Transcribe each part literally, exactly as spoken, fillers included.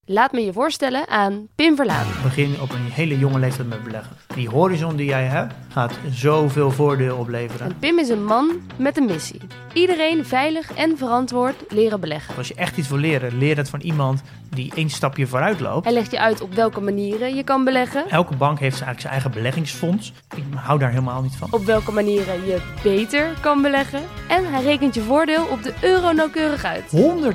Laat me je voorstellen aan Pim Verlaan. Begin op een hele jonge leeftijd met beleggen. Die horizon die jij hebt, gaat zoveel voordeel opleveren. En Pim is een man met een missie. Iedereen veilig en verantwoord leren beleggen. Als je echt iets wil leren, leer het van iemand die één stapje vooruit loopt. Hij legt je uit op welke manieren je kan beleggen. Elke bank heeft eigenlijk zijn eigen beleggingsfonds. Ik hou daar helemaal niet van. Op welke manieren je beter kan beleggen. En hij rekent je voordeel op de euro nauwkeurig uit.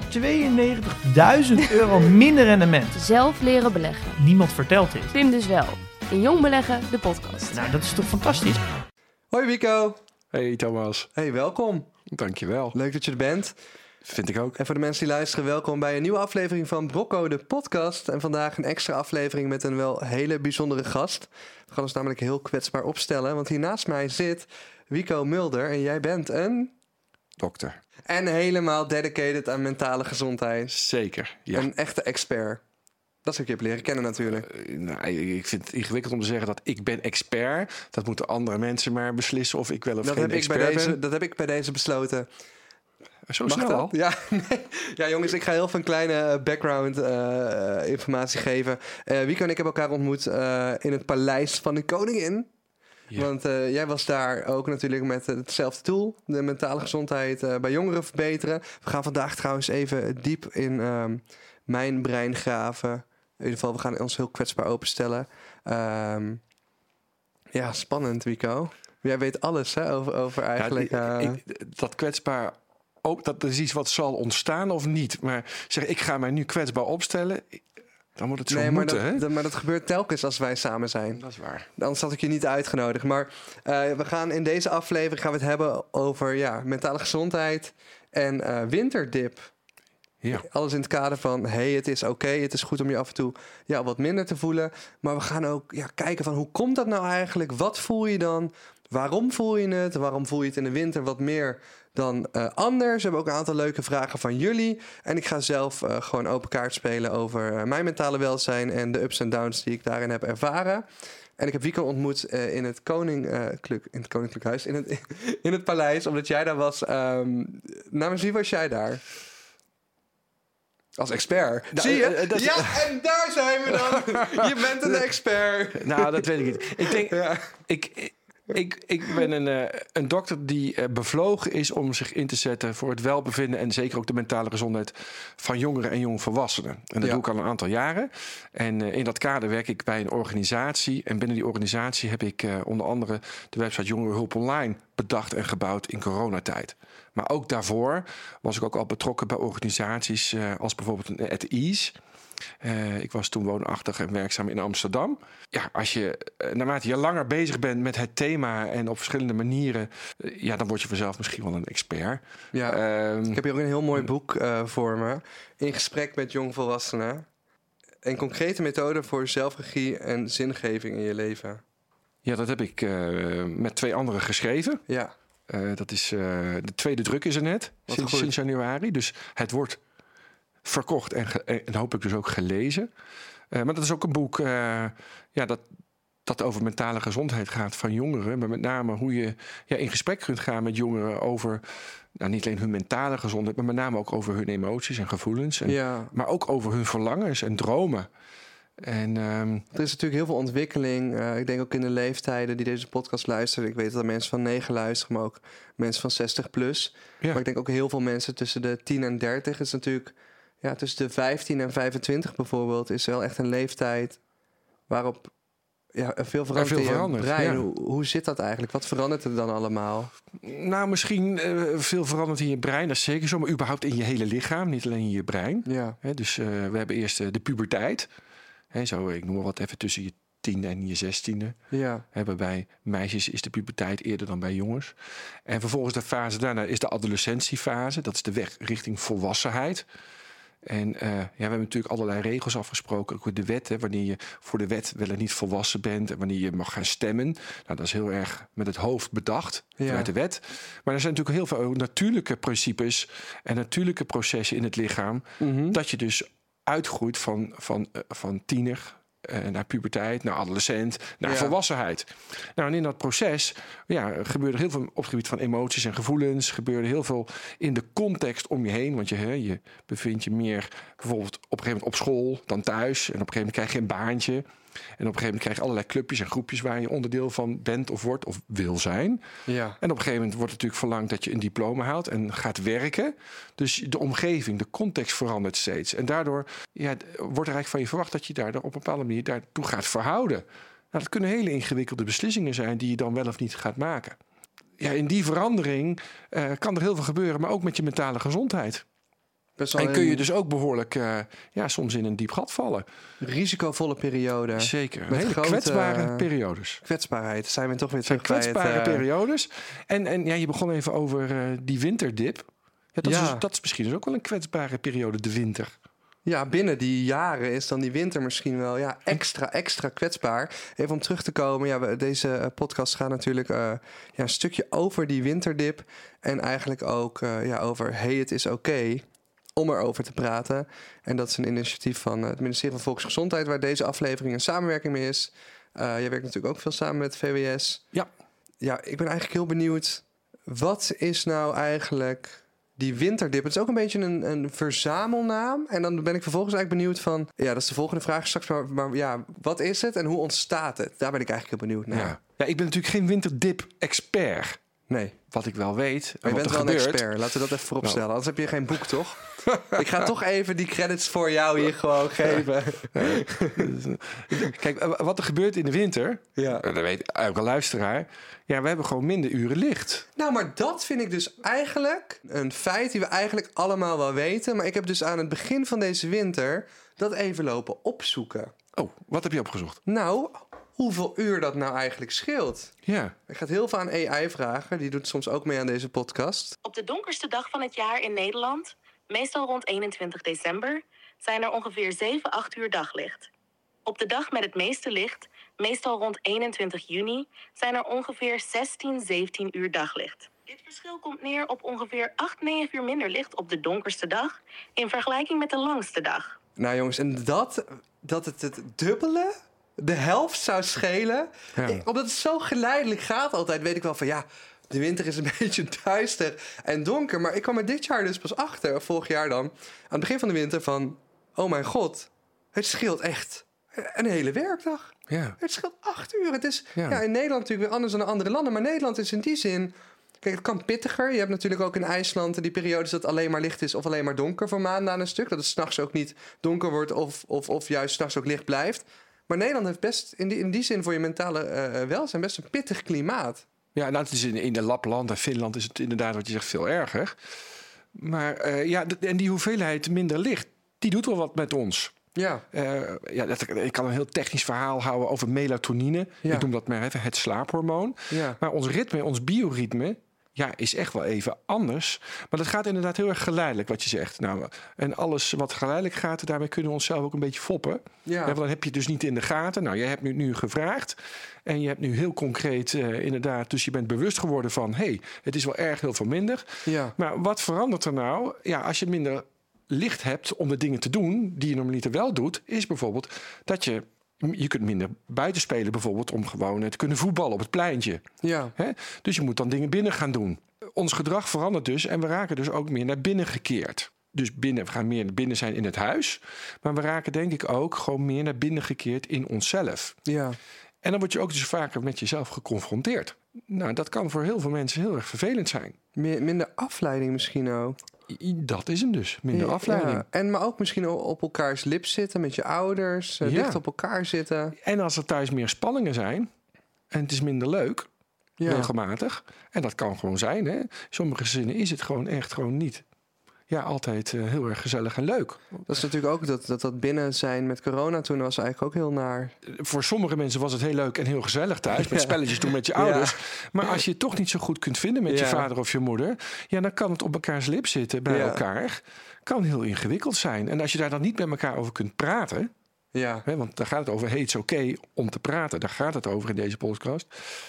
honderdtweeënnegentigduizend euro minder rendement. Zelf leren beleggen. Niemand vertelt dit. Pim dus wel. In Jong Beleggen, de podcast. Nou, dat is toch fantastisch? Hoi Wico. Hey Thomas. Hey, welkom. Dankjewel. Leuk dat je er bent. Vind ik ook. En voor de mensen die luisteren, welkom bij een nieuwe aflevering van Brocco, de podcast. En vandaag een extra aflevering met een wel hele bijzondere gast. We gaan ons namelijk heel kwetsbaar opstellen, want hier naast mij zit Wico Mulder en jij bent een... Dokter. En helemaal dedicated aan mentale gezondheid. Zeker, ja. Een echte expert. Dat is wat je hebt leren kennen natuurlijk. Uh, nou, ik vind het ingewikkeld om te zeggen dat ik ben expert. Dat moeten andere mensen maar beslissen of ik wel of dat geen heb expert ik bij deze, ben. Dat heb ik bij deze besloten. Zo Mag snel dat? al? Ja, nee. Ja, jongens, ik ga heel veel een kleine background uh, informatie geven. Uh, Wico en ik hebben elkaar ontmoet uh, in het paleis van de koningin. Ja. Want uh, jij was daar ook natuurlijk met hetzelfde doel. De mentale gezondheid uh, bij jongeren verbeteren. We gaan vandaag trouwens even diep in uh, mijn brein graven. In ieder geval, we gaan ons heel kwetsbaar openstellen. Um, ja, spannend, Wico. Jij weet alles hè, over, over eigenlijk... Ja, uh... ik, dat kwetsbaar... Ook dat is iets wat zal ontstaan of niet. Maar zeg, ik ga mij nu kwetsbaar opstellen. Dan moet het zo nee, moeten, maar dat, hè? Dat, maar dat gebeurt telkens als wij samen zijn. Dat is waar. Anders had ik je niet uitgenodigd. Maar uh, we gaan in deze aflevering gaan we het hebben over ja, mentale gezondheid en uh, winterdip. Ja. Alles in het kader van, hey, het is oké, okay, het is goed om je af en toe ja, wat minder te voelen. Maar we gaan ook ja, kijken van, hoe komt dat nou eigenlijk? Wat voel je dan? Waarom voel je het? Waarom voel je het in de winter wat meer dan uh, anders? We hebben ook een aantal leuke vragen van jullie. En ik ga zelf uh, gewoon open kaart spelen over uh, mijn mentale welzijn en de ups en downs die ik daarin heb ervaren. En ik heb Wico ontmoet uh, in, het koninklijk, uh, in het Koninklijk Huis, in het, in het paleis, omdat jij daar was. Um, namens wie was jij daar? Als expert. Da- Zie je? uh, dat... Ja, en daar zijn we dan. Je bent een expert. Nou, dat weet ik niet. Ik denk... Ja. Ik, Ik, ik ben een, uh, een dokter die uh, bevlogen is om zich in te zetten voor het welbevinden en zeker ook de mentale gezondheid van jongeren en jongvolwassenen. En dat ja. doe ik al een aantal jaren. En uh, in dat kader werk ik bij een organisatie. En binnen die organisatie heb ik uh, onder andere de website Jongerenhulp Online bedacht en gebouwd in coronatijd. Maar ook daarvoor was ik ook al betrokken bij organisaties uh, als bijvoorbeeld At Ease. Uh, ik was toen woonachtig en werkzaam in Amsterdam. Ja, als je uh, naarmate je langer bezig bent met het thema en op verschillende manieren, uh, ja, dan word je vanzelf misschien wel een expert. Ja, um, ik heb hier ook een heel mooi boek uh, voor me. In gesprek met jongvolwassenen. Een concrete methode voor zelfregie en zingeving in je leven. Ja, dat heb ik uh, met twee anderen geschreven. Ja. Uh, dat is uh, de tweede druk is er net, sinds, sinds januari. Dus het wordt verkocht en, ge- en hopelijk dus ook gelezen. Uh, maar dat is ook een boek uh, ja, dat, dat over mentale gezondheid gaat van jongeren. Maar met name hoe je ja, in gesprek kunt gaan met jongeren over nou, niet alleen hun mentale gezondheid, maar met name ook over hun emoties en gevoelens. En, ja. Maar ook over hun verlangens en dromen. En, um... er is natuurlijk heel veel ontwikkeling. Uh, ik denk ook in de leeftijden die deze podcast luisteren. Ik weet dat er mensen van negen luisteren, maar ook mensen van zestig plus. Ja. Maar ik denk ook heel veel mensen tussen de tien en dertig is natuurlijk... Ja, tussen de vijftien en vijfentwintig bijvoorbeeld is wel echt een leeftijd waarop ja, veel verandert veel in je verandert, brein. Ja. Hoe, hoe zit dat eigenlijk? Wat verandert er dan allemaal? Nou, misschien uh, veel verandert in je brein, dat is zeker zo. Maar überhaupt in je hele lichaam, niet alleen in je brein. Ja. He, dus uh, we hebben eerst uh, de puberteit. He, zo, ik noem maar wat even tussen je tiende en je zestiende. Ja. He, bij meisjes is de puberteit eerder dan bij jongens. En vervolgens de fase daarna is de adolescentiefase. Dat is de weg richting volwassenheid. En uh, ja, we hebben natuurlijk allerlei regels afgesproken. Ook de wet, hè, wanneer je voor de wet wel en niet volwassen bent en wanneer je mag gaan stemmen. Nou, dat is heel erg met het hoofd bedacht ja. vanuit de wet. Maar er zijn natuurlijk heel veel natuurlijke principes en natuurlijke processen in het lichaam. Mm-hmm. Dat je dus uitgroeit van, van, uh, van tiener uh, naar puberteit, naar adolescent, naar Ja. volwassenheid. Nou, en in dat proces ja, gebeurde heel veel op het gebied van emoties en gevoelens. Gebeurde heel veel in de context om je heen. Want je, hè, je bevindt je meer bijvoorbeeld op een gegeven moment op school dan thuis. En op een gegeven moment krijg je een baantje. En op een gegeven moment krijg je allerlei clubjes en groepjes waar je onderdeel van bent of wordt of wil zijn. Ja. En op een gegeven moment wordt natuurlijk verlangd dat je een diploma haalt en gaat werken. Dus de omgeving, de context verandert steeds. En daardoor ja, wordt er eigenlijk van je verwacht dat je daar op een bepaalde manier daartoe gaat verhouden. Nou, dat kunnen hele ingewikkelde beslissingen zijn die je dan wel of niet gaat maken. Ja, in die verandering uh, kan er heel veel gebeuren, maar ook met je mentale gezondheid. Best wel En kun je een dus ook behoorlijk uh, ja, soms in een diep gat vallen. risicovolle periode. Zeker. Met Hele grote, kwetsbare uh, periodes. Kwetsbaarheid. Zijn we toch weer Het zijn terug bij het, kwetsbare uh, periodes. En, en ja, je begon even over uh, die winterdip. Ja, dat, Ja. Is, dus- dat is misschien dus ook wel een kwetsbare periode, de winter. Ja, binnen die jaren is dan die winter misschien wel ja, extra, extra kwetsbaar. Even om terug te komen. Ja, we, deze uh, podcast gaat natuurlijk uh, ja, een stukje over die winterdip. En eigenlijk ook uh, ja, over hey, het is oké. Okay, om erover te praten. En dat is een initiatief van uh, het ministerie van Volksgezondheid, waar deze aflevering een samenwerking mee is. Uh, jij werkt natuurlijk ook veel samen met V W S. Ja. Ja, ik ben eigenlijk heel benieuwd. Wat is nou eigenlijk die winterdip? Het is ook een beetje een, een verzamelnaam. En dan ben ik vervolgens eigenlijk benieuwd van... Ja, dat is de volgende vraag straks. Maar, maar ja, wat is het en hoe ontstaat het? Daar ben ik eigenlijk heel benieuwd naar. Ja. Ja, ik ben natuurlijk geen winterdip-expert. Nee. Wat ik wel weet. Maar je wat bent er wel gebeurt. een expert. Laten we dat even vooropstellen. Nou. Anders heb je geen boek, toch? Ik ga toch even die credits voor jou hier gewoon geven. Kijk, wat er gebeurt in de winter... Ja. Dat weet elke luisteraar. Ja, we hebben gewoon minder uren licht. Nou, maar dat vind ik dus eigenlijk een feit die we eigenlijk allemaal wel weten. Maar ik heb dus aan het begin van deze winter dat even lopen opzoeken. Oh, wat heb je opgezocht? Nou, hoeveel uur dat nou eigenlijk scheelt. Ja. Ik ga het heel veel aan A I vragen. Die doet soms ook mee aan deze podcast. Op de donkerste dag van het jaar in Nederland, meestal rond eenentwintig december, zijn er ongeveer zeven, acht uur daglicht. Op de dag met het meeste licht, meestal rond eenentwintig juni, zijn er ongeveer zestien, zeventien uur daglicht. Dit verschil komt neer op ongeveer acht, negen uur minder licht op de donkerste dag in vergelijking met de langste dag. Nou jongens, en dat, dat het het dubbele, de helft zou schelen. Ja. Ik, omdat het zo geleidelijk gaat altijd, weet ik wel van ja... De winter is een beetje duister en donker. Maar ik kwam er dit jaar dus pas achter, of vorig jaar dan... aan het begin van de winter van... oh mijn god, het scheelt echt een hele werkdag. Ja. Het scheelt acht uur. Het is Ja. ja. in Nederland natuurlijk weer anders dan in andere landen. Maar Nederland is in die zin... Kijk, het kan pittiger. Je hebt natuurlijk ook in IJsland die periodes dat alleen maar licht is... of alleen maar donker voor maanden aan een stuk. Dat het 's nachts ook niet donker wordt of, of, of juist 's nachts ook licht blijft. Maar Nederland heeft best in die, in die zin voor je mentale uh, welzijn... best een pittig klimaat. Ja, nou, het is in, in de Lapland en Finland is het inderdaad wat je zegt veel erger. Maar uh, ja, d- en die hoeveelheid minder licht, die doet wel wat met ons. Ja, Uh, ja, dat, ik kan een heel technisch verhaal houden over melatonine. Ja. Ik noem dat maar even het slaaphormoon. ja. Maar ons ritme, ons bioritme, ja, is echt wel even anders. Maar dat gaat inderdaad heel erg geleidelijk, wat je zegt. Nou, en alles wat geleidelijk gaat, daarmee kunnen we onszelf ook een beetje foppen. Ja. Ja, want dan heb je het dus niet in de gaten. Nou, jij hebt nu, nu gevraagd. En je hebt nu heel concreet uh, inderdaad... dus je bent bewust geworden van... hé, hey, het is wel erg heel veel minder. ja. Maar wat verandert er nou? Ja, als je minder licht hebt om de dingen te doen... die je normaliter wel doet... is bijvoorbeeld dat je... je kunt minder buiten spelen bijvoorbeeld... om gewoon te kunnen voetballen op het pleintje. ja. Hè? Dus je moet dan dingen binnen gaan doen. Ons gedrag verandert dus... en we raken dus ook meer naar binnen gekeerd. Dus binnen, we gaan meer naar binnen zijn in het huis. Maar we raken denk ik ook gewoon meer naar binnen gekeerd in onszelf. ja. En dan word je ook dus vaker met jezelf geconfronteerd. Nou, dat kan voor heel veel mensen heel erg vervelend zijn. Meer, minder afleiding misschien ook. I- Dat is hem dus, minder Ja, afleiding. ja. En maar ook misschien o- op elkaars lip zitten met je ouders. Uh, Ja. Dicht op elkaar zitten. En als er thuis meer spanningen zijn... en het is minder leuk, Ja. regelmatig... en dat kan gewoon zijn, hè. Sommige gezinnen is het gewoon echt gewoon niet... ja, altijd uh, heel erg gezellig en leuk. Dat is natuurlijk ook dat, dat, dat binnen zijn met corona toen was eigenlijk ook heel naar. Voor sommige mensen was het heel leuk en heel gezellig thuis... met Ja. spelletjes doen met je ouders. Maar als je het toch niet zo goed kunt vinden met je Ja. vader of je moeder... ja, dan kan het op elkaars lip zitten bij Ja. elkaar. Kan heel ingewikkeld zijn. En als je daar dan niet met elkaar over kunt praten... Ja. Hè, want daar gaat het over, hey, het is oké om te praten. Daar gaat het over in deze podcast.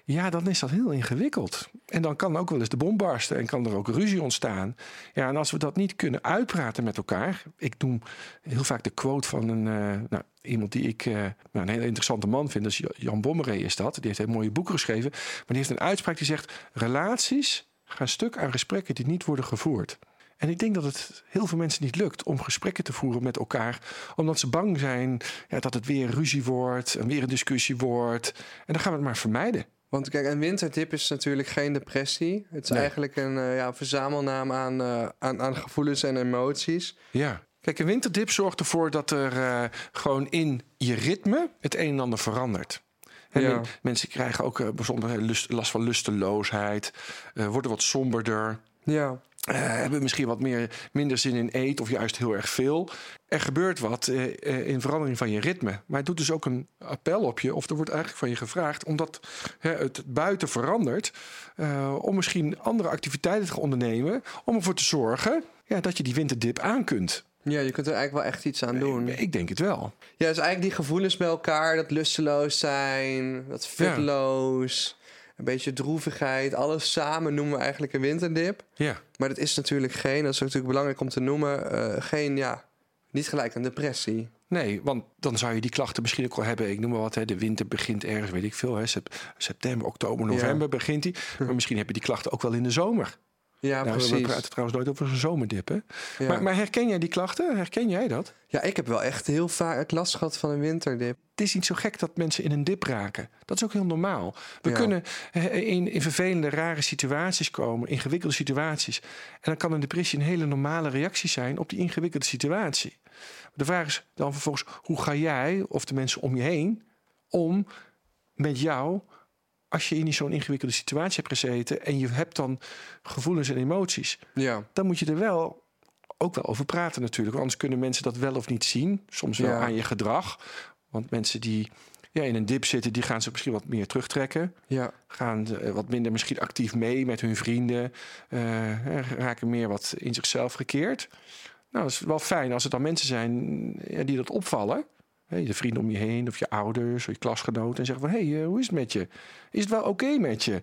Ja, dan is dat heel ingewikkeld. En dan kan ook wel eens de bom barsten en kan er ook ruzie ontstaan. Ja, en als we dat niet kunnen uitpraten met elkaar. Ik noem heel vaak de quote van een, uh, nou, iemand die ik uh, nou, een hele interessante man vind. Dat is Jan Bommeré is dat. Die heeft een mooie boeken geschreven. Maar die heeft een uitspraak die zegt: relaties gaan stuk aan gesprekken die niet worden gevoerd. En ik denk dat het heel veel mensen niet lukt om gesprekken te voeren met elkaar. Omdat ze bang zijn ja, dat het weer ruzie wordt en weer een discussie wordt. En dan gaan we het maar vermijden. Want kijk, een winterdip is natuurlijk geen depressie. Het is Nee. eigenlijk een uh, ja, verzamelnaam aan, uh, aan, aan gevoelens en emoties. Ja. Kijk, een winterdip zorgt ervoor dat er uh, gewoon in je ritme het een en ander verandert. En Ja. men- mensen krijgen ook uh, bijzonder lust, last van lusteloosheid, uh, worden wat somberder. Ja, Uh, hebben misschien wat meer, minder zin in eten of juist heel erg veel. Er gebeurt wat uh, uh, in verandering van je ritme. Maar het doet dus ook een appel op je. Of er wordt eigenlijk van je gevraagd, omdat uh, het buiten verandert, Uh, om misschien andere activiteiten te gaan ondernemen. Om ervoor te zorgen ja, dat je die winterdip aan kunt. ja, je kunt er eigenlijk wel echt iets aan doen. Ik, ik denk het wel. Ja, dus eigenlijk die gevoelens bij elkaar. Dat lusteloos zijn, dat futloos, een beetje droevigheid. Alles samen noemen we eigenlijk een winterdip. Ja. Maar dat is natuurlijk geen, dat is natuurlijk belangrijk om te noemen, uh, geen, ja, niet gelijk een depressie. Nee, want dan zou je die klachten misschien ook al hebben. Ik noem maar wat, hè, de winter begint ergens, weet ik veel. Hè, sep- september, oktober, november Ja. begint die. Maar misschien heb je die klachten ook wel in de zomer. Ja, Nou, we precies. praten trouwens nooit over een zomerdip, hè? Ja. Maar, maar herken jij die klachten? Herken jij dat? ja, ik heb wel echt heel vaak last gehad van een winterdip. Het is niet zo gek dat mensen in een dip raken. Dat is ook heel normaal. We Ja. kunnen eh, in, in vervelende, rare situaties komen, ingewikkelde situaties. En dan kan een depressie een hele normale reactie zijn op die ingewikkelde situatie. De vraag is dan vervolgens, hoe ga jij of de mensen om je heen om met jou als je in zo'n ingewikkelde situatie hebt gezeten en je hebt dan gevoelens en emoties, Ja, dan moet je er wel ook wel over praten natuurlijk. Want anders kunnen mensen dat wel of niet zien. Soms wel Ja. aan je gedrag. Want mensen die ja, in een dip zitten, die gaan zich misschien wat meer terugtrekken. ja, Gaan eh, wat minder misschien actief mee met hun vrienden. eh, eh, raken meer wat in zichzelf gekeerd. Nou, dat is wel fijn als er dan mensen zijn ja, die dat opvallen. Hè, je vrienden om je heen, of je ouders, of je klasgenoten. En zeggen van, hé, hey, uh, hoe is het met je? Is het wel oké met je?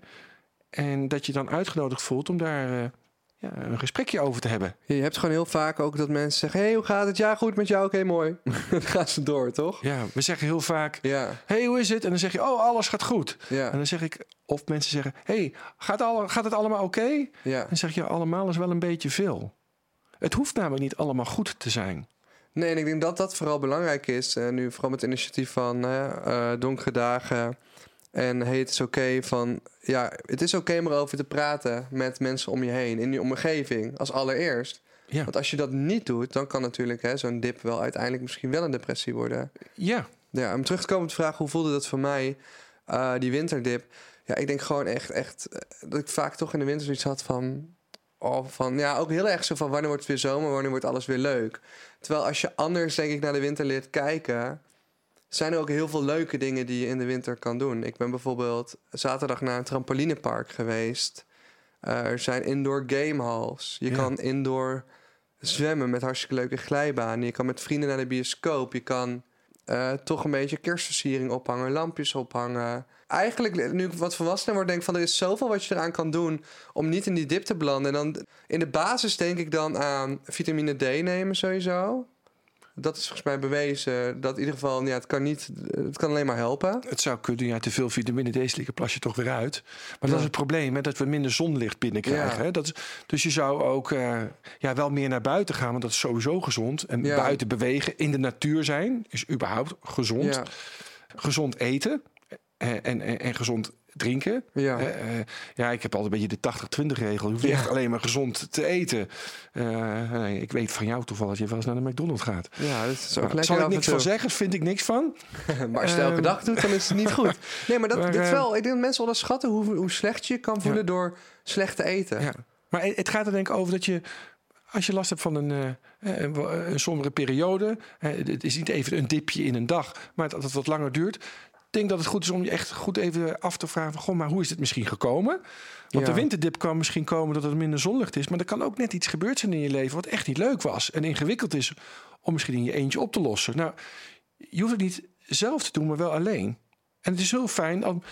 En dat je dan uitgenodigd voelt om daar uh, ja, een gesprekje over te hebben. je hebt gewoon heel vaak ook dat mensen zeggen, hey, hoe gaat het? Ja, goed met jou? Oké, mooi. Dan gaan ze door, toch? Ja, we zeggen heel vaak, Ja, hé, hey, hoe is het? En dan zeg je, oh, alles gaat goed. ja, En dan zeg ik, of mensen zeggen, hé, hey, gaat, alle, gaat het allemaal oké? ja. Dan zeg je, allemaal is wel een beetje veel. Het hoeft namelijk niet allemaal goed te zijn. Nee, en ik denk dat dat vooral belangrijk is. Uh, nu vooral met het initiatief van uh, Donkere Dagen. En hey, het is oké van... Ja, het is oké om erover te praten met mensen om je heen. In die omgeving, als allereerst. Ja. Want als je dat niet doet, dan kan natuurlijk hè, zo'n dip wel uiteindelijk misschien wel een depressie worden. Ja, Ja, om terug te komen op de vraag, hoe voelde dat voor mij, uh, die winterdip? Ja, ik denk gewoon echt, echt uh, dat ik vaak toch in de winter zoiets had van... Oh, van ja, ook heel erg zo van wanneer wordt het weer zomer, wanneer wordt alles weer leuk. Terwijl als je anders, denk ik, naar de winter leert kijken, zijn er ook heel veel leuke dingen die je in de winter kan doen. Ik ben bijvoorbeeld zaterdag naar een trampolinepark geweest. Uh, er zijn indoor gamehalls. Je Ja. kan indoor zwemmen met hartstikke leuke glijbanen. Je kan met vrienden naar de bioscoop. Je kan uh, toch een beetje kerstversiering ophangen, lampjes ophangen. Eigenlijk, nu ik wat volwassener word, denk ik van er is zoveel wat je eraan kan doen om niet in die dip te belanden. En dan in de basis denk ik dan aan vitamine D nemen sowieso. Dat is volgens mij bewezen dat in ieder geval, ja, het kan niet, het kan alleen maar helpen. het zou kunnen, ja, te veel vitamine D slikken plas je toch weer uit. Maar dat Ja. is het probleem, hè, dat we minder zonlicht binnenkrijgen. Ja. Hè? Dat is, dus je zou ook uh, ja, wel meer naar buiten gaan, want dat is sowieso gezond. En Ja. buiten bewegen, in de natuur zijn, is überhaupt gezond. Ja, Gezond eten en, en, en, en gezond drinken. ja. Uh, uh, ja, ik heb altijd een beetje de tachtig twintig regel. Je hoeft Ja. echt alleen maar gezond te eten. Uh, nee, ik weet van jou toevallig dat je wel eens naar de McDonald's gaat. ja, dat is ook Nou, lekker zal ik af en niks toe. van zeggen, vind ik niks van. Maar als je het elke Ehm. dag doet, dan is het niet goed. Nee, maar dat, Maar, dit eh, wel. Ik denk dat mensen onderschatten hoe, hoe slecht je je kan voelen Ja. door slecht te eten. Ja. Maar het gaat er denk ik over dat je, als je last hebt van een, uh, een, een sombere periode, uh, het is niet even een dipje in een dag, maar dat het wat langer duurt. Ik denk dat het goed is om je echt goed even af te vragen van, goh, maar hoe is dit misschien gekomen? Want Ja. de winterdip kan misschien komen dat er minder zonlicht is, maar er kan ook net iets gebeurd zijn in je leven wat echt niet leuk was en ingewikkeld is om misschien in je eentje op te lossen. Nou, je hoeft het niet zelf te doen, maar wel alleen. En het is heel fijn om,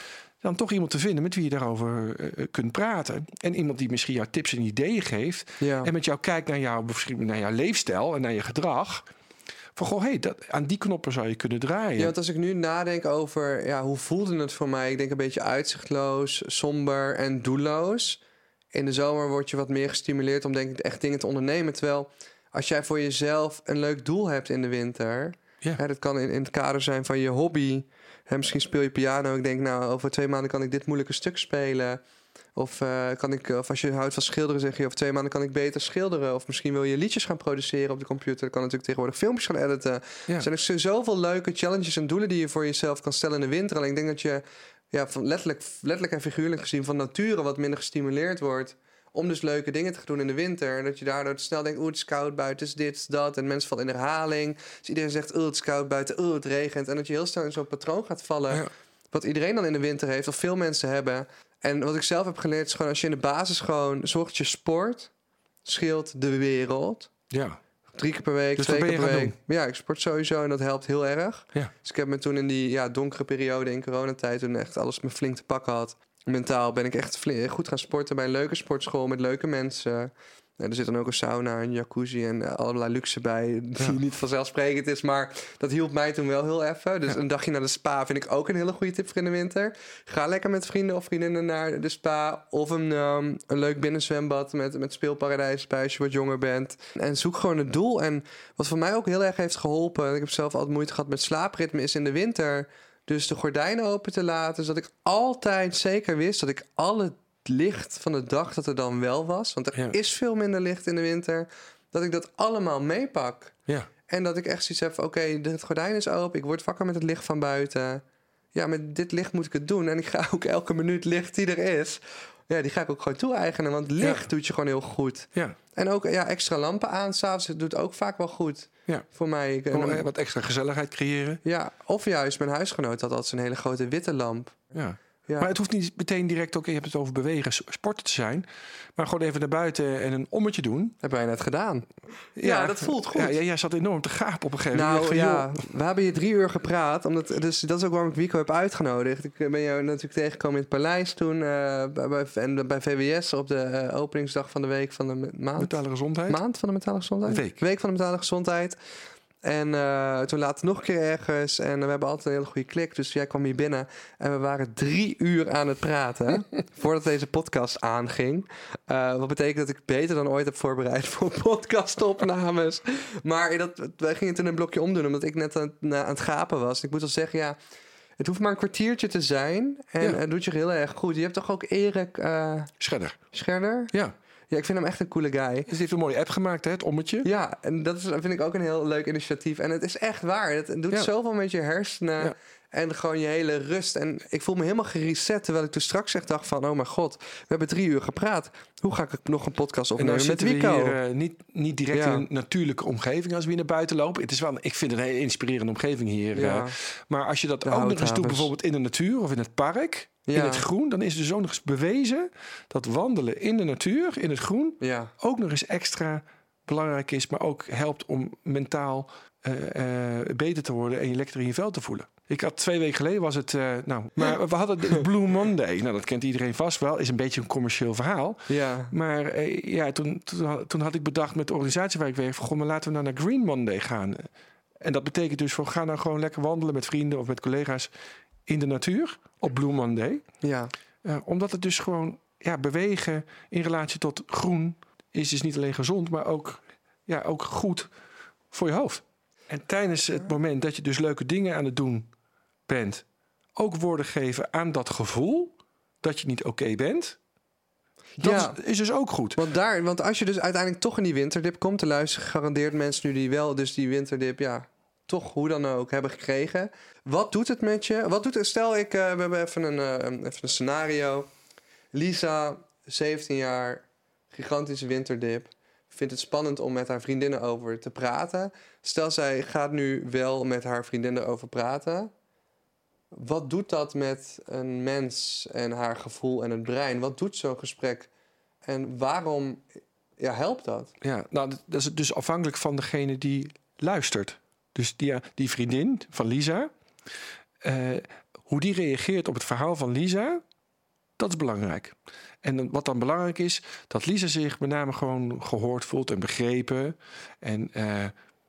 dan toch iemand te vinden met wie je daarover uh, kunt praten. En iemand die misschien jou tips en ideeën geeft. Ja. En met jou kijkt naar jouw, naar jouw leefstijl en naar je gedrag. Van goh, hey, dat, aan die knoppen zou je kunnen draaien. Ja, want als ik nu nadenk over ja, hoe voelde het voor mij? Ik denk een beetje uitzichtloos, somber en doelloos. In de zomer word je wat meer gestimuleerd om denk ik echt dingen te ondernemen. Terwijl als jij voor jezelf een leuk doel hebt in de winter... Ja. Hè, dat kan in, in het kader zijn van je hobby. Hè, misschien speel je piano. Ik denk, nou, over twee maanden kan ik dit moeilijke stuk spelen. Of, uh, kan ik, of als je houdt van schilderen, zeg je... over twee maanden kan ik beter schilderen. Of misschien wil je liedjes gaan produceren op de computer. Dan kan natuurlijk tegenwoordig filmpjes gaan editen. Ja. Er zijn dus zoveel leuke challenges en doelen... die je voor jezelf kan stellen in de winter. Alleen ik denk dat je ja, van letterlijk, letterlijk en figuurlijk gezien... van nature wat minder gestimuleerd wordt... om dus leuke dingen te gaan doen in de winter. En dat je daardoor snel denkt, oeh, het is koud buiten, het is dit, het is dat. En mensen vallen in herhaling. Dus iedereen zegt, oeh, het is koud buiten, oeh, het regent. En dat je heel snel in zo'n patroon gaat vallen. Ja. Wat iedereen dan in de winter heeft, of veel mensen hebben. En wat ik zelf heb geleerd is gewoon, als je in de basis gewoon zorgt dat je sport, scheelt de wereld. Ja. Drie keer per week, dus twee keer per week. Doen? Ja, ik sport sowieso en dat helpt heel erg. Ja. Dus ik heb me toen in die ja, donkere periode in coronatijd... toen echt alles me flink te pakken had... Mentaal ben ik echt flink, goed gaan sporten bij een leuke sportschool met leuke mensen. En er zit dan ook een sauna, een jacuzzi en uh, allerlei luxe bij. Die ja. niet vanzelfsprekend is, maar dat hielp mij toen wel heel even. Dus ja. een dagje naar de spa vind ik ook een hele goede tip voor in de winter. Ga lekker met vrienden of vriendinnen naar de spa. Of een, um, een leuk binnenzwembad met, met speelparadijs bij als je wat jonger bent. En zoek gewoon het doel. En wat voor mij ook heel erg heeft geholpen... ik heb zelf altijd moeite gehad met slaapritme, is in de winter... Dus de gordijnen open te laten, zodat ik altijd zeker wist... dat ik al het licht van de dag dat er dan wel was... want er ja. is veel minder licht in de winter... dat ik dat allemaal meepak. Ja. En dat ik echt zoiets heb van... oké, okay, het gordijn is open, ik word wakker met het licht van buiten. Ja, met dit licht moet ik het doen. En ik ga ook elke minuut licht die er is... ja, die ga ik ook gewoon toe-eigenen. Want licht ja. doet je gewoon heel goed. Ja. En ook ja, extra lampen aan s'avonds doet ook vaak wel goed. Ja. Voor mij. Ik, Om wat extra gezelligheid creëren. Ja, of juist mijn huisgenoot had altijd een hele grote witte lamp. Ja. Ja. Maar het hoeft niet meteen direct ook, je hebt het over bewegen, sporten te zijn. Maar gewoon even naar buiten en een ommetje doen. Hebben wij net gedaan. Ja, ja dat voelt goed. Ja, jij zat enorm te gapen op een gegeven moment. Nou ja, we hebben hier drie uur gepraat. Omdat, dus dat is ook waarom ik Wico heb uitgenodigd. Ik ben jou natuurlijk tegengekomen in het paleis toen. Uh, bij, en bij V W S op de uh, openingsdag van de week van de maand. Mentale gezondheid. Maand van de mentale gezondheid? Week. Week van de mentale gezondheid. En uh, toen later nog een keer ergens. En we hebben altijd een hele goede klik. Dus jij kwam hier binnen. En we waren drie uur aan het praten. Voordat deze podcast aanging. Uh, wat betekent dat ik beter dan ooit heb voorbereid voor podcastopnames. Maar dat, wij gingen toen een blokje omdoen. Omdat ik net aan, aan het gapen was. Ik moet wel zeggen, ja... Het hoeft maar een kwartiertje te zijn. En ja. het doet je heel erg goed. Je hebt toch ook Erik... Uh, Scherder. Scherder? Ja. Ja, ik vind hem echt een coole guy. Dus hij heeft een mooie app gemaakt, hè, het ommetje. Ja, en dat is, vind ik ook een heel leuk initiatief. En het is echt waar. Het doet ja. zoveel met je hersenen. Ja. En gewoon je hele rust. En ik voel me helemaal gereset. Terwijl ik toen straks echt dacht van... oh mijn god, we hebben drie uur gepraat. Hoe ga ik nog een podcast opnemen en met Wico? Hier, uh, niet, niet direct ja. in een natuurlijke omgeving als we hier naar buiten lopen. Het is wel, ik vind het een hele inspirerende omgeving hier. Ja. Uh, maar als je dat de ook nog eens doet, bijvoorbeeld in de natuur of in het park... Ja. In het groen, dan is er zo nog eens bewezen... dat wandelen in de natuur, in het groen... Ja. ook nog eens extra belangrijk is... maar ook helpt om mentaal uh, uh, beter te worden... en je lekker in je vel te voelen. Ik had twee weken geleden was het... Uh, nou, maar we hadden de Blue Monday. Nou, dat kent iedereen vast wel. Is een beetje een commercieel verhaal. Ja. Maar uh, ja, toen, toen, toen had ik bedacht met de organisatie waar ik werk... Van, goh, maar laten we nou naar Green Monday gaan. En dat betekent dus van... ga nou gewoon lekker wandelen met vrienden of met collega's... in de natuur, op Blue Monday. Ja. Uh, omdat het dus gewoon... ja, bewegen in relatie tot groen... is dus niet alleen gezond, maar ook, ja, ook goed voor je hoofd. En tijdens het moment dat je dus leuke dingen aan het doen bent... ook woorden geven aan dat gevoel... dat je niet oké okay bent... dat ja. is dus ook goed. Want, daar, want als je dus uiteindelijk toch in die winterdip komt... te luisteren, gegarandeerd mensen nu die wel dus die winterdip... ja, toch hoe dan ook hebben gekregen... Wat doet het met je? Wat doet het? Stel, ik, uh, we hebben even een, uh, even een scenario. Lisa, zeventien jaar, gigantische winterdip. Vindt het spannend om met haar vriendinnen over te praten. Stel, zij gaat nu wel met haar vriendinnen over praten. Wat doet dat met een mens en haar gevoel en het brein? Wat doet zo'n gesprek? En waarom ja, helpt dat? Ja, nou, dat is dus afhankelijk van degene die luistert. Dus die, die vriendin van Lisa... Uh, hoe die reageert op het verhaal van Lisa, dat is belangrijk. En dan, wat dan belangrijk is, dat Lisa zich met name gewoon gehoord voelt en begrepen. En uh,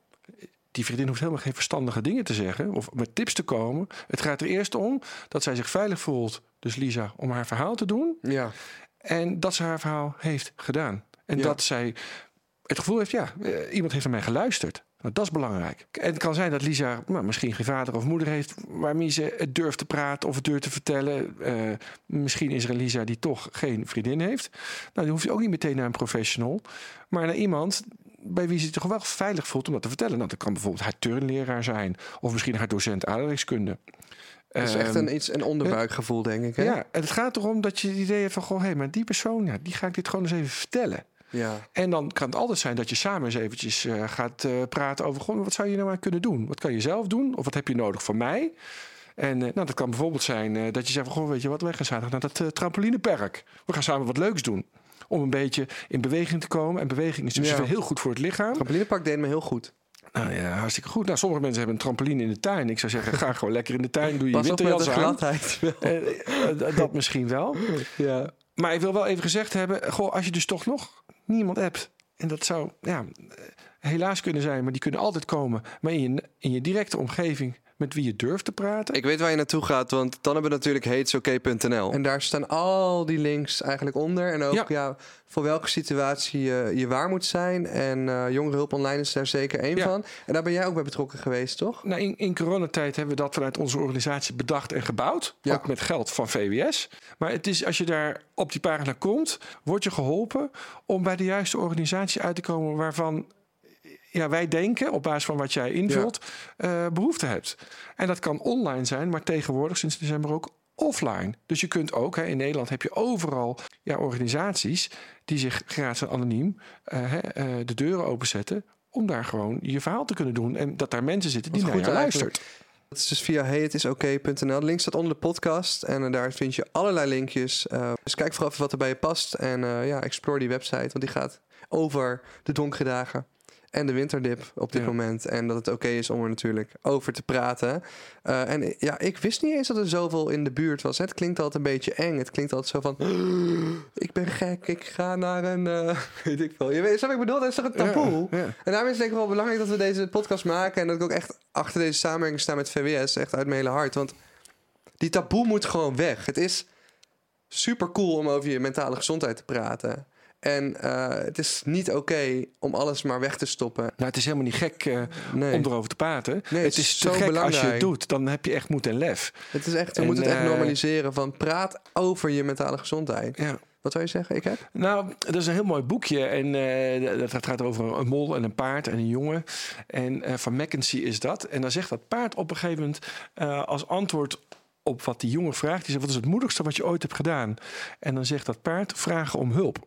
die vriendin hoeft helemaal geen verstandige dingen te zeggen of met tips te komen. Het gaat er eerst om dat zij zich veilig voelt, dus Lisa, om haar verhaal te doen. Ja. En dat ze haar verhaal heeft gedaan. En Ja. dat zij het gevoel heeft, ja, uh, iemand heeft naar mij geluisterd. Nou, dat is belangrijk. En het kan zijn dat Lisa nou, misschien geen vader of moeder heeft waarmee ze het durft te praten of het durft te vertellen. Uh, misschien is er een Lisa die toch geen vriendin heeft. Nou, dan hoef je ook niet meteen naar een professional, maar naar iemand bij wie ze zich toch wel veilig voelt om dat te vertellen. Nou, dat kan bijvoorbeeld haar turnleraar zijn of misschien haar docent aardrijkskunde. Het is echt een, iets, een onderbuikgevoel, denk ik. Hè? Ja, en het gaat erom dat je het idee hebt van, goh, hé, maar die persoon, ja, die ga ik dit gewoon eens even vertellen. Ja. En dan kan het altijd zijn dat je samen eens eventjes uh, gaat uh, praten over, goh, wat zou je nou aan kunnen doen? Wat kan je zelf doen? Of wat heb je nodig van mij? En uh, nou, dat kan bijvoorbeeld zijn uh, dat je zegt van, goh, weet je wat, wij gaan zaterdag naar dat uh, trampolinepark. We gaan samen wat leuks doen. Om een beetje in beweging te komen. En beweging is dus Ja. heel goed voor het lichaam. Het trampolinepark deed me heel goed. Nou ja, hartstikke goed. Nou, sommige mensen hebben een trampoline in de tuin. Ik zou zeggen, ga gewoon lekker in de tuin. Doe je Pas op met winterjas de aan. gladheid. Uh, uh, dat misschien wel. Ja. Maar ik wil wel even gezegd hebben, goh, als je dus toch nog niemand hebt, en dat zou ja, helaas kunnen zijn, maar die kunnen altijd komen, maar in je, in je directe omgeving met wie je durft te praten. Ik weet waar je naartoe gaat, want dan hebben we natuurlijk heetsoké punt n l. En daar staan al die links eigenlijk onder. En ook ja. Ja, voor welke situatie je, je waar moet zijn. En uh, Jongerenhulp Online is daar zeker één Ja. van. En daar ben jij ook bij betrokken geweest, toch? Nou, in, in coronatijd hebben we dat vanuit onze organisatie bedacht en gebouwd. Ja. Ook met geld van V W S. Maar het is, als je daar op die pagina komt, word je geholpen om bij de juiste organisatie uit te komen waarvan ja, wij denken, op basis van wat jij invult, ja. uh, behoefte hebt. En dat kan online zijn, maar tegenwoordig sinds december ook offline. Dus je kunt ook, hè, in Nederland heb je overal ja, organisaties die zich gratis en anoniem uh, uh, de deuren openzetten om daar gewoon je verhaal te kunnen doen. En dat daar mensen zitten die Wat naar goed je eigenlijk. luistert. Dat is dus via hey het is oké punt n l. De link staat onder de podcast. En uh, daar vind je allerlei linkjes. Uh, dus kijk vooral even wat er bij je past. En uh, ja, explore die website. Want die gaat over de donkere dagen. En de winterdip op dit Ja. moment. En dat het oké is om er natuurlijk over te praten. Uh, en ja, ik wist niet eens dat er zoveel in de buurt was. Het klinkt altijd een beetje eng. Het klinkt altijd zo van, ik ben gek, ik ga naar een... Uh, weet ik veel. Je weet, snap wat ik bedoel? Dat is toch een taboe? Ja, ja. En daarom is het denk ik wel belangrijk dat we deze podcast maken. En dat ik ook echt achter deze samenwerking sta met V W S. Echt uit mijn hele hart. Want die taboe moet gewoon weg. Het is super cool om over je mentale gezondheid te praten. En uh, het is niet oké okay om alles maar weg te stoppen. Nou, het is helemaal niet gek uh, Nee. om erover te praten. Nee, het is zo te gek belangrijk. als je het doet. Dan heb je echt moed en lef. Het is echt, we En, moeten het echt uh, normaliseren van praat over je mentale gezondheid. Ja. Wat zou je zeggen? Ik heb? Nou, dat is een heel mooi boekje. En uh, dat gaat over een mol en een paard en een jongen. En uh, van Mackenzie is dat. En dan zegt dat paard op een gegeven moment uh, als antwoord op wat die jongen vraagt. Die zegt, wat is het moedigste wat je ooit hebt gedaan? En dan zegt dat paard, vragen om hulp.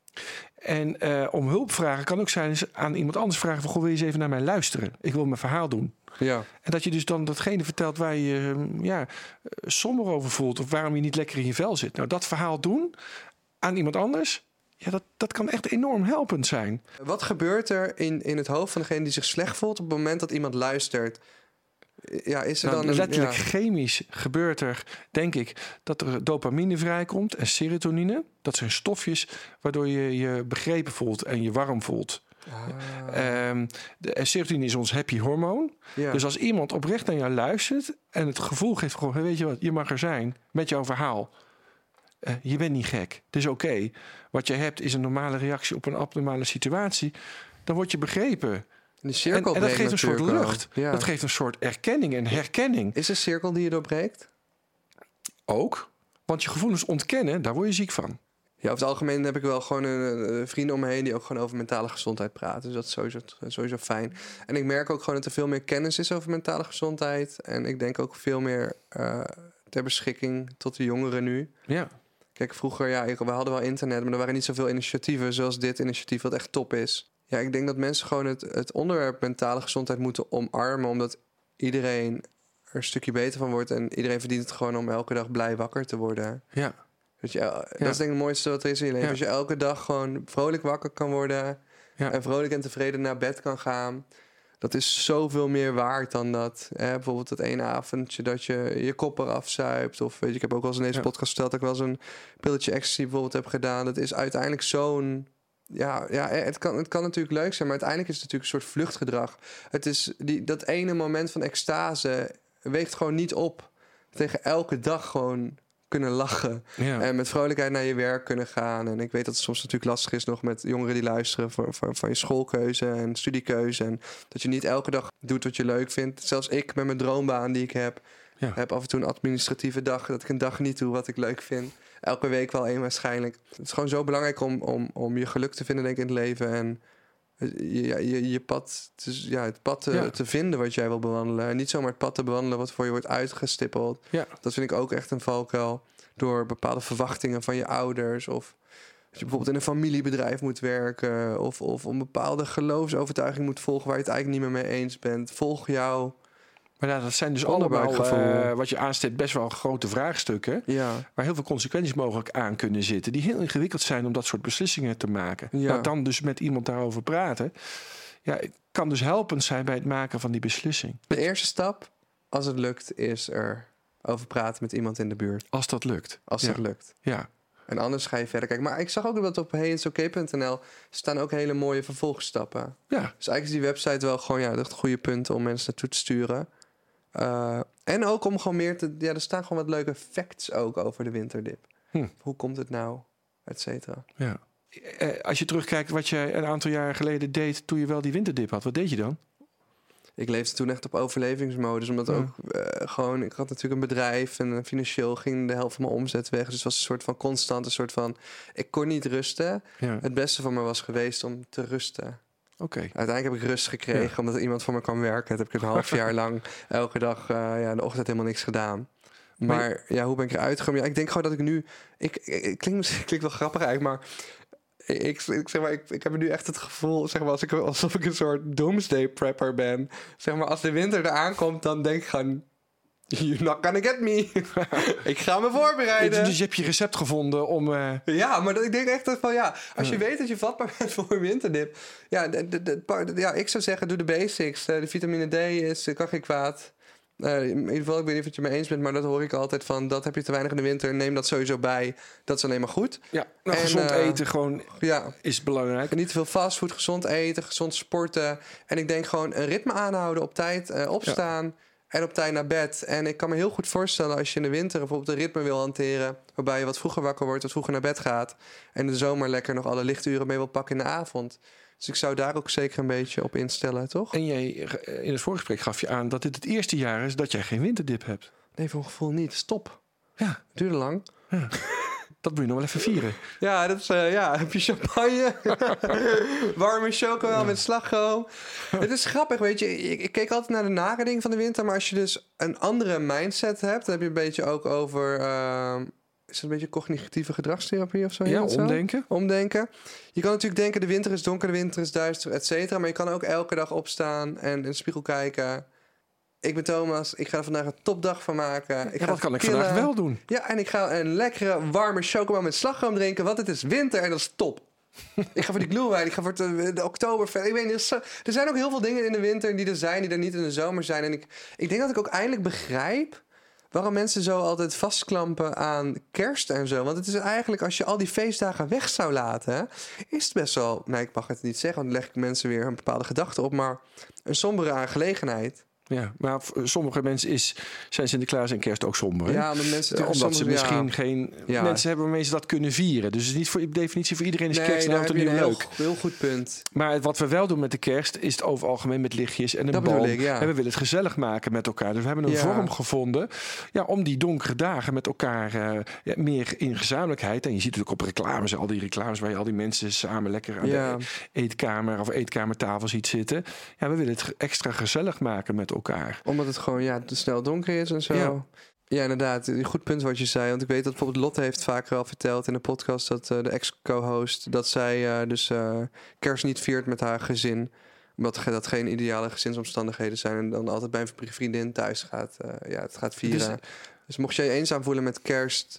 En uh, om hulp vragen kan ook zijn aan iemand anders vragen van, goh, wil je eens even naar mij luisteren? Ik wil mijn verhaal doen. Ja. En dat je dus dan datgene vertelt waar je je ja, somber over voelt of waarom je niet lekker in je vel zit. Nou, dat verhaal doen aan iemand anders, ja, dat, dat kan echt enorm helpend zijn. Wat gebeurt er in, in het hoofd van degene die zich slecht voelt op het moment dat iemand luistert? Ja, is er Nou, dan een, letterlijk ja. chemisch gebeurt er, denk ik, dat er dopamine vrijkomt en serotonine. Dat zijn stofjes waardoor je je begrepen voelt en je warm voelt. Ah. Um, de serotonine is ons happy hormoon. Ja. Dus als iemand oprecht naar jou luistert en het gevoel geeft gewoon, hey, weet je wat, je mag er zijn met jouw verhaal. Uh, je bent niet gek. Het is oké. Okay. Wat je hebt is een normale reactie op een abnormale situatie. Dan word je begrepen. Die cirkel en, en dat geeft een soort natuurlijk lucht. wel. Ja. Dat geeft een soort erkenning en herkenning. Is een cirkel die je doorbreekt? Ook. Want je gevoelens ontkennen, daar word je ziek van. Ja, over het algemeen heb ik wel gewoon een, een vrienden om me heen die ook gewoon over mentale gezondheid praten. Dus dat is sowieso, sowieso fijn. En ik merk ook gewoon dat er veel meer kennis is over mentale gezondheid. En ik denk ook veel meer uh, ter beschikking tot de jongeren nu. Ja. Kijk, vroeger, ja, ik, we hadden wel internet, maar er waren niet zoveel initiatieven zoals dit initiatief, wat echt top is. Ja, ik denk dat mensen gewoon het, het onderwerp mentale gezondheid moeten omarmen, omdat iedereen er een stukje beter van wordt. En iedereen verdient het gewoon om elke dag blij wakker te worden. Ja. Dat, je, dat ja. is denk ik het mooiste wat er is in je leven. Ja. Als je elke dag gewoon vrolijk wakker kan worden. Ja. En vrolijk en tevreden naar bed kan gaan. Dat is zoveel meer waard dan dat. Hè? Bijvoorbeeld dat ene avondje dat je je kop eraf zuipt. Of weet je, ik heb ook wel eens in deze ja. podcast verteld... dat ik wel eens een pilletje ecstasy bijvoorbeeld heb gedaan. Dat is uiteindelijk zo'n... Ja, ja het, kan, het kan natuurlijk leuk zijn, maar uiteindelijk is het natuurlijk een soort vluchtgedrag. Het is die, dat ene moment van extase weegt gewoon niet op tegen elke dag gewoon kunnen lachen. Ja. En met vrolijkheid naar je werk kunnen gaan. En ik weet dat het soms natuurlijk lastig is nog met jongeren die luisteren voor, voor, van je schoolkeuze en studiekeuze. En dat je niet elke dag doet wat je leuk vindt. Zelfs ik met mijn droombaan die ik heb, ja. heb af en toe een administratieve dag dat ik een dag niet doe wat ik leuk vind. Elke week wel één waarschijnlijk. Het is gewoon zo belangrijk om, om, om je geluk te vinden, denk ik, in het leven. En je, je, je pad, te, ja, het pad te, ja. te vinden wat jij wil bewandelen. En niet zomaar het pad te bewandelen wat voor je wordt uitgestippeld. Ja. Dat vind ik ook echt een valkuil. Door bepaalde verwachtingen van je ouders. Of dat je bijvoorbeeld in een familiebedrijf moet werken. Of, of een bepaalde geloofsovertuiging moet volgen waar je het eigenlijk niet meer mee eens bent. Volg jou. Maar nou, dat zijn dus allemaal, uh, wat je aanstipt, best wel grote vraagstukken. Ja. Waar heel veel consequenties mogelijk aan kunnen zitten. Die heel ingewikkeld zijn om dat soort beslissingen te maken. Ja. Nou, dan dus met iemand daarover praten. Ja, kan dus helpend zijn bij het maken van die beslissing. De eerste stap, als het lukt, is er over praten met iemand in de buurt. Als dat lukt. Als ja. dat lukt. Ja. En anders ga je verder kijken. Maar ik zag ook dat op hey its oké punt n l staan ook hele mooie vervolgstappen. Ja. Dus eigenlijk is die website wel gewoon ja, echt goede punten om mensen naartoe te sturen. Uh, en ook om gewoon meer te... Ja, er staan gewoon wat leuke facts ook over de winterdip. Hm. Hoe komt het nou? Et cetera. Ja. Uh, als je terugkijkt wat je een aantal jaren geleden deed toen je wel die winterdip had, wat deed je dan? Ik leefde toen echt op overlevingsmodus. Omdat ja. ook uh, gewoon... Ik had natuurlijk een bedrijf en financieel ging de helft van mijn omzet weg. Dus het was een soort van constant, een soort van... Ik kon niet rusten. Ja. Het beste van me was geweest om te rusten. Okay. Uiteindelijk heb ik rust gekregen ja. omdat er iemand voor me kan werken. Dat heb ik een half jaar lang elke dag uh, ja, de ochtend helemaal niks gedaan. Maar, maar ja, hoe ben ik eruit gekomen? Ja, ik denk gewoon dat ik nu... Ik, ik, ik klink misschien klinkt wel grappig eigenlijk, maar... Ik, ik, zeg maar ik, ik heb nu echt het gevoel, zeg maar, als ik, alsof ik een soort doomsday prepper ben. Zeg maar, als de winter eraan komt, dan denk ik gewoon... You're not gonna get me. Ik ga me voorbereiden. Dus je hebt je recept gevonden om... Uh... Ja, maar dat, ik denk echt dat van ja... Als je uh. weet dat je vatbaar bent voor een winterdip... Ja, de, de, de, ja, ik zou zeggen, doe de basics. Uh, de vitamine D is, kan geen kwaad. Uh, in ieder geval, ik weet niet of je het me eens bent... maar dat hoor ik altijd van... dat heb je te weinig in de winter, neem dat sowieso bij. Dat is alleen maar goed. Ja, nou, en, gezond uh, eten gewoon ja, is belangrijk. En niet te veel fastfood, gezond eten, gezond sporten. En ik denk gewoon een ritme aanhouden, op tijd uh, opstaan... Ja. En op tijd naar bed. En ik kan me heel goed voorstellen als je in de winter bijvoorbeeld een ritme wil hanteren... waarbij je wat vroeger wakker wordt, wat vroeger naar bed gaat... en in de zomer lekker nog alle lichturen mee wil pakken in de avond. Dus ik zou daar ook zeker een beetje op instellen, toch? En jij, in het voorgesprek gaf je aan dat dit het eerste jaar is dat jij geen winterdip hebt. Nee, voor een gevoel niet. Stop. Ja. Het duurde lang. Ja. Dat moet je nog wel even vieren. Ja, dat is, uh, ja, heb je champagne. Warme chocola ja. met slagroom. Het is grappig, weet je. Ik, ik keek altijd naar de nare dingen van de winter. Maar als je dus een andere mindset hebt... dan heb je een beetje ook over... Uh, is het een beetje cognitieve gedragstherapie of zo? Ja, omdenken. Zo? Omdenken. Je kan natuurlijk denken, de winter is donker, de winter is duister, et cetera. Maar je kan ook elke dag opstaan en in de spiegel kijken... Ik ben Thomas, ik ga er vandaag een topdag van maken. Ik ja, ga dat kan ik killen. vandaag wel doen. Ja, en ik ga een lekkere, warme chocola met slagroom drinken... want het is winter en dat is top. Ik ga voor die glühwein, ik ga voor de, de oktoberfest. Ik weet niet, er zijn ook heel veel dingen in de winter die er zijn... die er niet in de zomer zijn. En ik, ik denk dat ik ook eindelijk begrijp... waarom mensen zo altijd vastklampen aan kerst en zo. Want het is eigenlijk, als je al die feestdagen weg zou laten... is het best wel, nee, ik mag het niet zeggen... want dan leg ik mensen weer een bepaalde gedachte op... maar een sombere aangelegenheid... Ja, maar voor sommige mensen is, zijn Sinterklaas en kerst ook somber. Hè? Ja, omdat mensen uh, omdat soms, ze misschien ja. geen ja. mensen hebben waarmee ze dat kunnen vieren. Dus het is niet voor definitie voor iedereen is nee, kerst nou een heel, leuk. Heel goed punt. Maar wat we wel doen met de kerst is het over algemeen met lichtjes en een dat boom. Ik, ja. En we willen het gezellig maken met elkaar. Dus we hebben een ja. vorm gevonden ja, om die donkere dagen met elkaar uh, ja, meer in gezamenlijkheid. En je ziet natuurlijk op reclames, al die reclames waar je al die mensen samen lekker aan ja. de eetkamer of eetkamertafel ziet zitten. Ja, we willen het extra gezellig maken met elkaar. Omdat het gewoon ja, te snel donker is en zo. Ja. Ja, inderdaad. Een goed punt wat je zei. Want ik weet dat bijvoorbeeld Lotte heeft vaker al verteld in de podcast... dat uh, de ex-co-host, dat zij uh, dus uh, kerst niet viert met haar gezin. Omdat dat geen ideale gezinsomstandigheden zijn... en dan altijd bij een vriendin thuis gaat, uh, ja, het gaat vieren. Dus, dus mocht je je eenzaam voelen met kerst...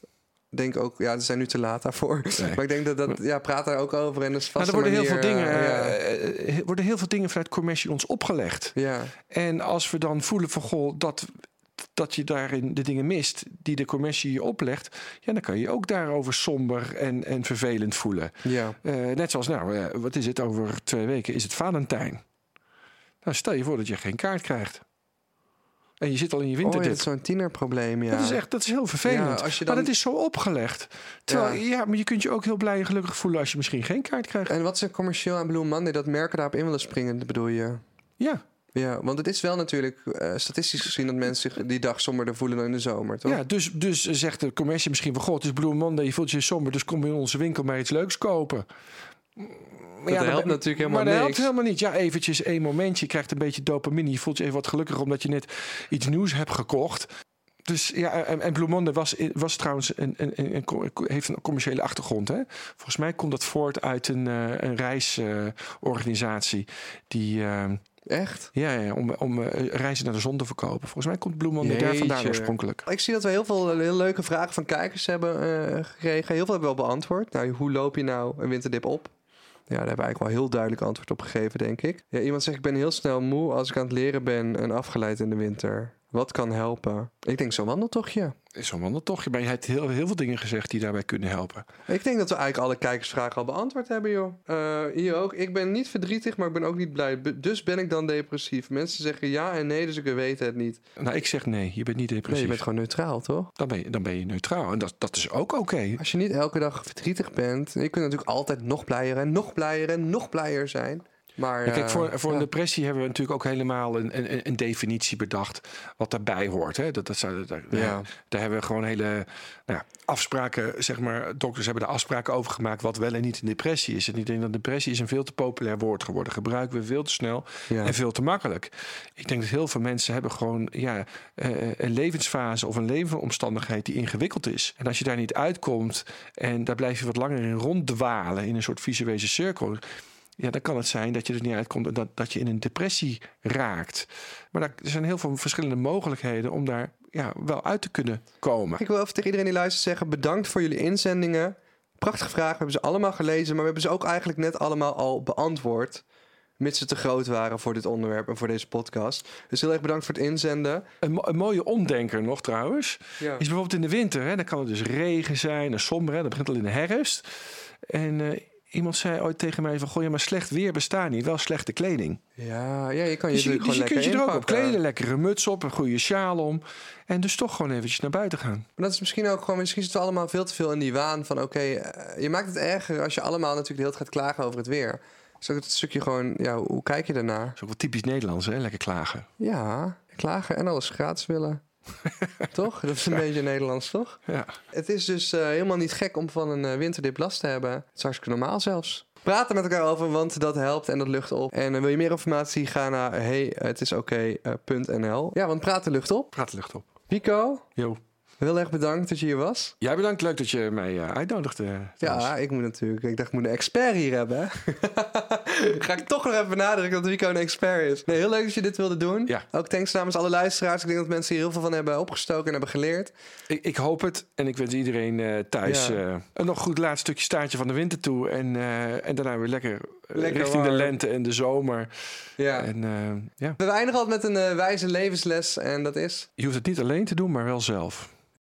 denk ook, ja, ze zijn nu te laat daarvoor. Nee. Maar ik denk dat dat, ja, praat daar ook over. En dat is vast Nou, er worden een heel veel manier, dingen, uh, ja. uh, worden heel veel dingen vanuit commercie ons opgelegd. Ja. En als we dan voelen van goh, dat, dat je daarin de dingen mist die de commercie je oplegt, ja, dan kan je ook daarover somber en, en vervelend voelen. Ja. Uh, net zoals, nou, uh, wat is het? Over twee weken is het Valentijn. Nou, stel je voor dat je geen kaart krijgt. En je zit al in je Oh, winterdip. ja, dat is zo'n tienerprobleem, ja. Dat is echt, dat is heel vervelend. Ja, als je dan... Maar dat is zo opgelegd. Terwijl, Ja. ja, maar je kunt je ook heel blij en gelukkig voelen als je misschien geen kaart krijgt. En wat is er commercieel aan Blue Monday dat merken daarop in willen springen, bedoel je? Ja. Ja, want het is wel natuurlijk uh, statistisch gezien dat mensen zich die dag somberder voelen dan in de zomer, toch? Ja, dus, dus zegt de commercie misschien van, god, het is Blue Monday, je voelt je somber, dus kom in onze winkel maar iets leuks kopen. Dat ja, helpt dan, natuurlijk helemaal maar dat niks. helpt helemaal niet. Ja, eventjes één momentje. Je krijgt een beetje dopamine. Je voelt je even wat gelukkiger omdat je net iets nieuws hebt gekocht. Dus ja, en, en Blue Monday was, was trouwens een, een, een, een, heeft een commerciële achtergrond. Hè? Volgens mij komt dat voort uit een, uh, een reisorganisatie uh, die... Uh, Echt? Ja, ja, om, om uh, reizen naar de zon te verkopen. Volgens mij komt Blue Monday daar vandaan oorspronkelijk. Ik zie dat we heel veel heel leuke vragen van kijkers hebben uh, gekregen. Heel veel hebben we wel beantwoord. Nou, hoe loop je nou een winterdip op? Ja, daar hebben we eigenlijk wel heel duidelijk antwoord op gegeven, denk ik. Ja, iemand zegt, ik ben heel snel moe als ik aan het leren ben en afgeleid in de winter. Wat kan helpen? Ik denk zo'n wandeltochtje. Zo'n wandeltochtje, maar je hebt heel, heel veel dingen gezegd die daarbij kunnen helpen. Ik denk dat we eigenlijk alle kijkersvragen al beantwoord hebben, joh. Uh, hier ook. Ik ben niet verdrietig, maar ik ben ook niet blij. Dus ben ik dan depressief? Mensen zeggen ja en nee, dus ik weet het niet. Nou, ik zeg nee, je bent niet depressief. Nee, je bent gewoon neutraal, toch? Dan ben je, dan ben je neutraal en dat, dat is ook oké. Okay. Als je niet elke dag verdrietig bent, je kunt natuurlijk altijd nog blijer en nog blijer en nog blijer zijn. Maar, ja, kijk, voor, voor ja. een depressie hebben we natuurlijk ook helemaal een, een, een definitie bedacht wat daarbij hoort. Hè? Dat, dat zou, dat, ja. Daar hebben we gewoon hele nou, afspraken, zeg maar, dokters hebben er afspraken over gemaakt wat wel en niet een depressie is. En ik denk dat depressie is een veel te populair woord geworden. Gebruiken we veel te snel ja. en veel te makkelijk. Ik denk dat heel veel mensen hebben gewoon ja, een levensfase of een levensomstandigheid die ingewikkeld is. En als je daar niet uitkomt en daar blijf je wat langer in ronddwalen in een soort visuele cirkel. Ja, dan kan het zijn dat je er niet uitkomt en dat, dat je in een depressie raakt. Maar daar, er zijn heel veel verschillende mogelijkheden om daar ja, wel uit te kunnen komen. Ik wil even tegen iedereen die luistert zeggen, bedankt voor jullie inzendingen. Prachtige vragen, we hebben ze allemaal gelezen, maar we hebben ze ook eigenlijk net allemaal al beantwoord. Mits ze te groot waren voor dit onderwerp en voor deze podcast. Dus heel erg bedankt voor het inzenden. Een, mo- een mooie omdenker nog trouwens, ja. is bijvoorbeeld in de winter. Hè, dan kan het dus regen zijn en somber. Hè, dat begint al in de herfst. En... Uh, Iemand zei ooit tegen mij van, goh, ja, maar slecht weer bestaat niet, wel slechte kleding. Ja, ja je kan je dus je, dus dus je kunt je er ook op kleden, kleden, lekkere muts op, een goede sjaal om. En dus toch gewoon eventjes naar buiten gaan. Maar dat is misschien ook gewoon, misschien zitten we allemaal veel te veel in die waan van, oké, okay, uh, je maakt het erger als je allemaal natuurlijk de hele tijd gaat klagen over het weer. Dus ook het stukje gewoon, ja, hoe kijk je daarnaar? Dat is ook wel typisch Nederlands, hè, lekker klagen. Ja, klagen en alles gratis willen. Toch? Dat is een beetje Nederlands, toch? Ja. Het is dus uh, helemaal niet gek om van een uh, winterdip last te hebben. Het is hartstikke normaal zelfs. Praten met elkaar over, want dat helpt en dat lucht op. En uh, wil je meer informatie, ga naar hey het is oké punt n l. Ja, want praten lucht op. Praten lucht op. Pico, Yo. heel erg bedankt dat je hier was. Jij bedankt, leuk dat je mij uh, uitnodigde. Ja, was. Ik moet natuurlijk. Ik dacht, ik moet een expert hier hebben. Hè? Ga ik toch nog even benadrukken dat Rico een expert is. Nee, heel leuk dat je dit wilde doen. Ja. Ook thanks namens alle luisteraars. Ik denk dat mensen hier heel veel van hebben opgestoken en hebben geleerd. Ik, ik hoop het. En ik wens iedereen uh, thuis ja. uh, een nog goed laatst stukje staartje van de winter toe. En, uh, en daarna weer lekker, lekker richting warm. De lente en de zomer. Ja. En, uh, ja. We eindigen altijd met een uh, wijze levensles en dat is... Je hoeft het niet alleen te doen, maar wel zelf.